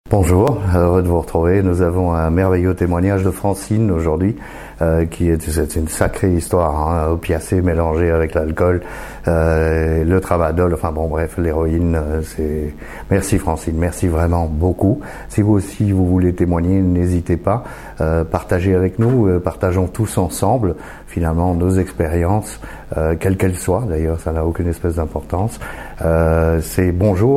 Bonjour, heureux de vous retrouver. Nous avons un merveilleux témoignage de Francine aujourd'hui, c'est une sacrée histoire, opiacés mélangés avec l'alcool, le tramadol, enfin bon bref, l'héroïne. Merci Francine, merci vraiment beaucoup. Si vous aussi vous voulez témoigner, n'hésitez pas, partagez avec nous, partageons tous ensemble finalement nos expériences, quelles qu'elles soient. D'ailleurs, ça n'a aucune espèce d'importance. C'est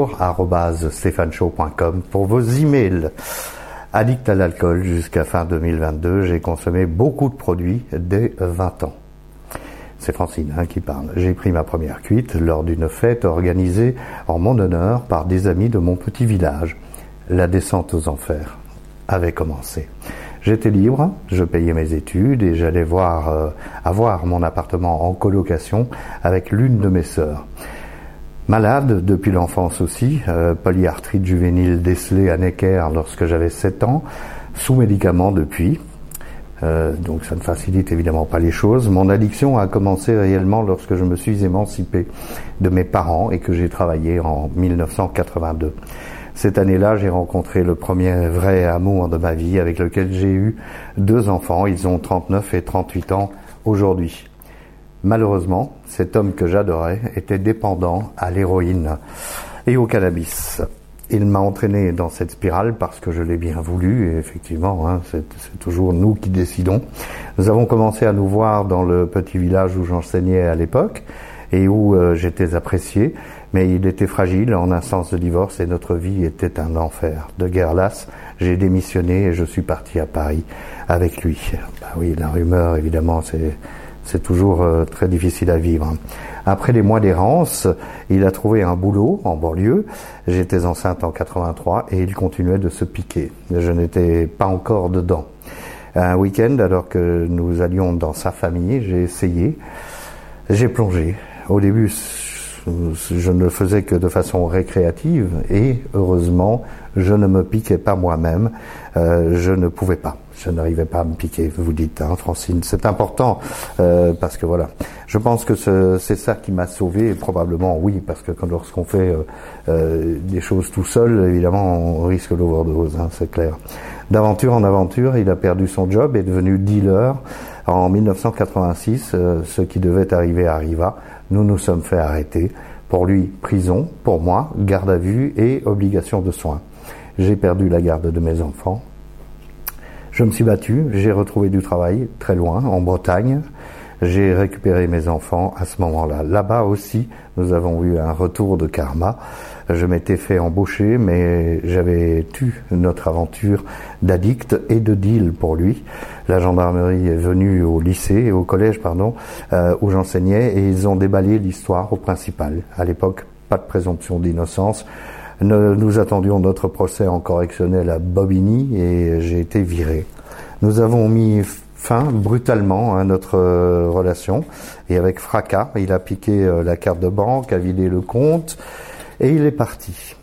bonjour@stéphaneshow.com pour vos emails. Addict à l'alcool jusqu'à fin 2022, j'ai consommé beaucoup de produits dès 20 ans. C'est Francine qui parle. J'ai pris ma première cuite lors d'une fête organisée en mon honneur par des amis de mon petit village. La descente aux enfers avait commencé. J'étais libre, je payais mes études et j'allais avoir mon appartement en colocation avec l'une de mes sœurs. Malade depuis l'enfance aussi, polyarthrite juvénile décelée à Necker lorsque j'avais 7 ans, sous médicaments depuis, donc ça ne facilite évidemment pas les choses. Mon addiction a commencé réellement lorsque je me suis émancipé de mes parents et que j'ai travaillé en 1982. Cette année-là, j'ai rencontré le premier vrai amour de ma vie avec lequel j'ai eu 2 enfants. Ils ont 39 et 38 ans aujourd'hui. Malheureusement, cet homme que j'adorais était dépendant à l'héroïne et au cannabis. Il m'a entraîné dans cette spirale parce que je l'ai bien voulu et effectivement, c'est toujours nous qui décidons. Nous avons commencé à nous voir dans le petit village où j'enseignais à l'époque et où j'étais apprécié, mais il était fragile en instance de divorce et notre vie était un enfer. De guerre lasse, j'ai démissionné et je suis parti à Paris avec lui. Oui, la rumeur, évidemment, c'est toujours très difficile à vivre. Après des mois d'errance, il a trouvé un boulot en banlieue. J'étais enceinte en 83 et il continuait de se piquer. Je n'étais pas encore dedans. Un week-end, alors que nous allions dans sa famille, j'ai essayé. J'ai plongé. Au début, je ne le faisais que de façon récréative et heureusement, je ne me piquais pas moi-même. Je ne pouvais pas. Je n'arrivais pas à me piquer, vous dites, Francine. C'est important parce que voilà, je pense que c'est ça qui m'a sauvé. Et probablement oui, parce que lorsqu'on fait des choses tout seul, évidemment, on risque l'overdose, c'est clair. D'aventure en aventure, il a perdu son job et est devenu dealer. En 1986, ce qui devait arriver arriva. Nous nous sommes fait arrêter. Pour lui, prison. Pour moi, garde à vue et obligation de soins. J'ai perdu la garde de mes enfants. Je me suis battu, j'ai retrouvé du travail très loin, en Bretagne. J'ai récupéré mes enfants à ce moment-là. Là-bas aussi, nous avons eu un retour de karma. Je m'étais fait embaucher, mais j'avais tué notre aventure d'addict et de deal pour lui. La gendarmerie est venue au collège, où j'enseignais, et ils ont déballé l'histoire au principal. À l'époque, pas de présomption d'innocence. Nous attendions notre procès en correctionnel à Bobigny et j'ai été viré. Nous avons mis fin brutalement à notre relation et avec fracas, il a piqué la carte de banque, a vidé le compte et il est parti.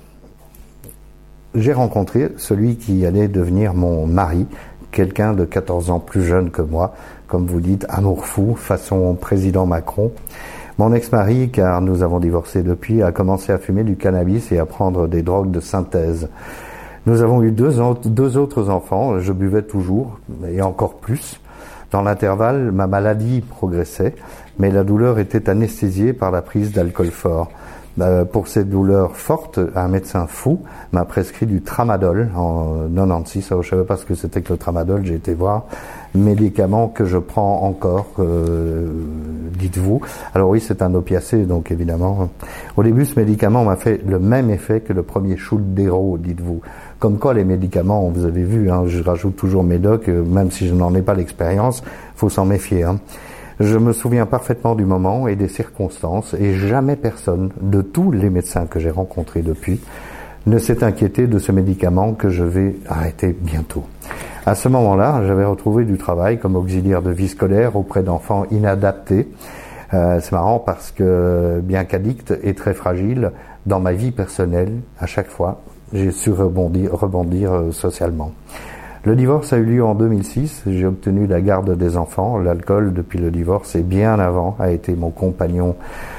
J'ai rencontré celui qui allait devenir mon mari, quelqu'un de 14 ans plus jeune que moi, comme vous dites, amour fou, façon président Macron. Mon ex-mari, car nous avons divorcé depuis, a commencé à fumer du cannabis et à prendre des drogues de synthèse. Nous avons eu deux autres enfants, je buvais toujours, et encore plus. Dans l'intervalle, ma maladie progressait, mais la douleur était anesthésiée par la prise d'alcool fort. Pour cette douleur forte, un médecin fou m'a prescrit du tramadol en 96. Alors, je ne savais pas ce que c'était que le tramadol, j'ai été voir. Médicament que je prends encore, dites-vous. Alors oui, c'est un opiacé, donc évidemment. Au début, ce médicament m'a fait le même effet que le premier shoot d'héros, dites-vous. Comme quoi, les médicaments, vous avez vu, je rajoute toujours médoc, même si je n'en ai pas l'expérience, faut s'en méfier. Je me souviens parfaitement du moment et des circonstances et jamais personne, de tous les médecins que j'ai rencontrés depuis, ne s'est inquiété de ce médicament que je vais arrêter bientôt. À ce moment-là, j'avais retrouvé du travail comme auxiliaire de vie scolaire auprès d'enfants inadaptés. C'est marrant parce que, bien qu'addict et très fragile, dans ma vie personnelle, à chaque fois, j'ai su rebondir socialement. Le divorce a eu lieu en 2006, j'ai obtenu la garde des enfants. L'alcool, depuis le divorce et bien avant, a été mon compagnon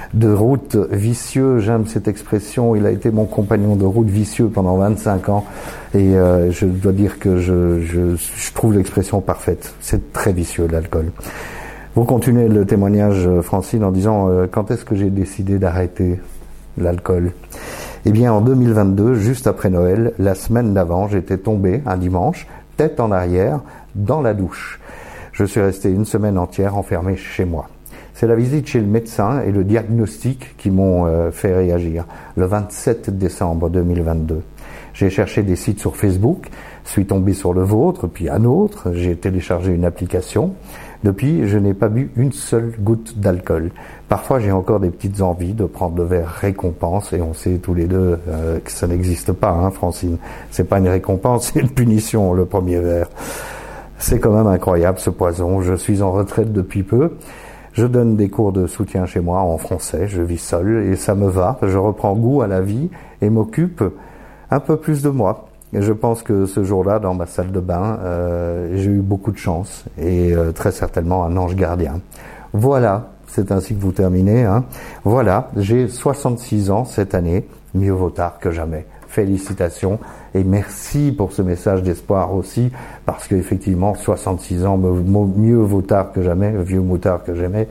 de route vicieux. J'aime cette expression. Il a été mon compagnon de route vicieux pendant 25 ans. Et je dois dire que je trouve l'expression parfaite. C'est très vicieux, l'alcool. Vous continuez le témoignage, Francine, en disant quand est-ce que j'ai décidé d'arrêter l'alcool? Eh bien, en 2022, juste après Noël, la semaine d'avant, j'étais tombé un dimanche, tête en arrière, dans la douche. Je suis resté une semaine entière enfermé chez moi. C'est la visite chez le médecin et le diagnostic qui m'ont fait réagir. Le 27 décembre 2022. J'ai cherché des sites sur Facebook, suis tombé sur le vôtre, puis un autre. J'ai téléchargé une application. Depuis, je n'ai pas bu une seule goutte d'alcool. Parfois, j'ai encore des petites envies de prendre le verre récompense, et on sait tous les deux que ça n'existe pas, hein, Francine. C'est pas une récompense, c'est une punition, le premier verre. C'est quand même incroyable, ce poison. Je suis en retraite depuis peu. Je donne des cours de soutien chez moi en français. Je vis seul et ça me va. Je reprends goût à la vie et m'occupe un peu plus de moi. Et je pense que ce jour-là, dans ma salle de bain, j'ai eu beaucoup de chance et très certainement un ange gardien. Voilà, c'est ainsi que vous terminez. Hein. Voilà, j'ai 66 ans cette année. Mieux vaut tard que jamais. Félicitations et merci pour ce message d'espoir aussi, parce qu'effectivement 66 ans, mieux vaut tard que jamais, vieux moutard que jamais.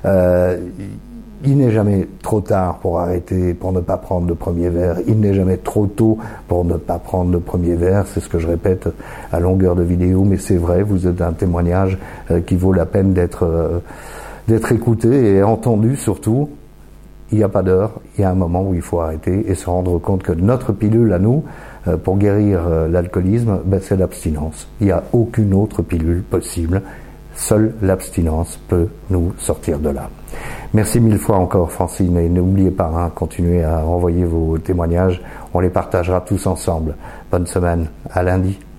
Il n'est jamais trop tard pour arrêter, pour ne pas prendre le premier verre. Il n'est jamais trop tôt pour ne pas prendre le premier verre. C'est ce que je répète à longueur de vidéo, mais c'est vrai, vous êtes un témoignage qui vaut la peine d'être écouté et entendu surtout. Il n'y a pas d'heure, il y a un moment où il faut arrêter et se rendre compte que notre pilule à nous, pour guérir l'alcoolisme, c'est l'abstinence. Il n'y a aucune autre pilule possible. Seule l'abstinence peut nous sortir de là. Merci mille fois encore, Francine, et n'oubliez pas, hein, continuez à envoyer vos témoignages. On les partagera tous ensemble. Bonne semaine. À lundi.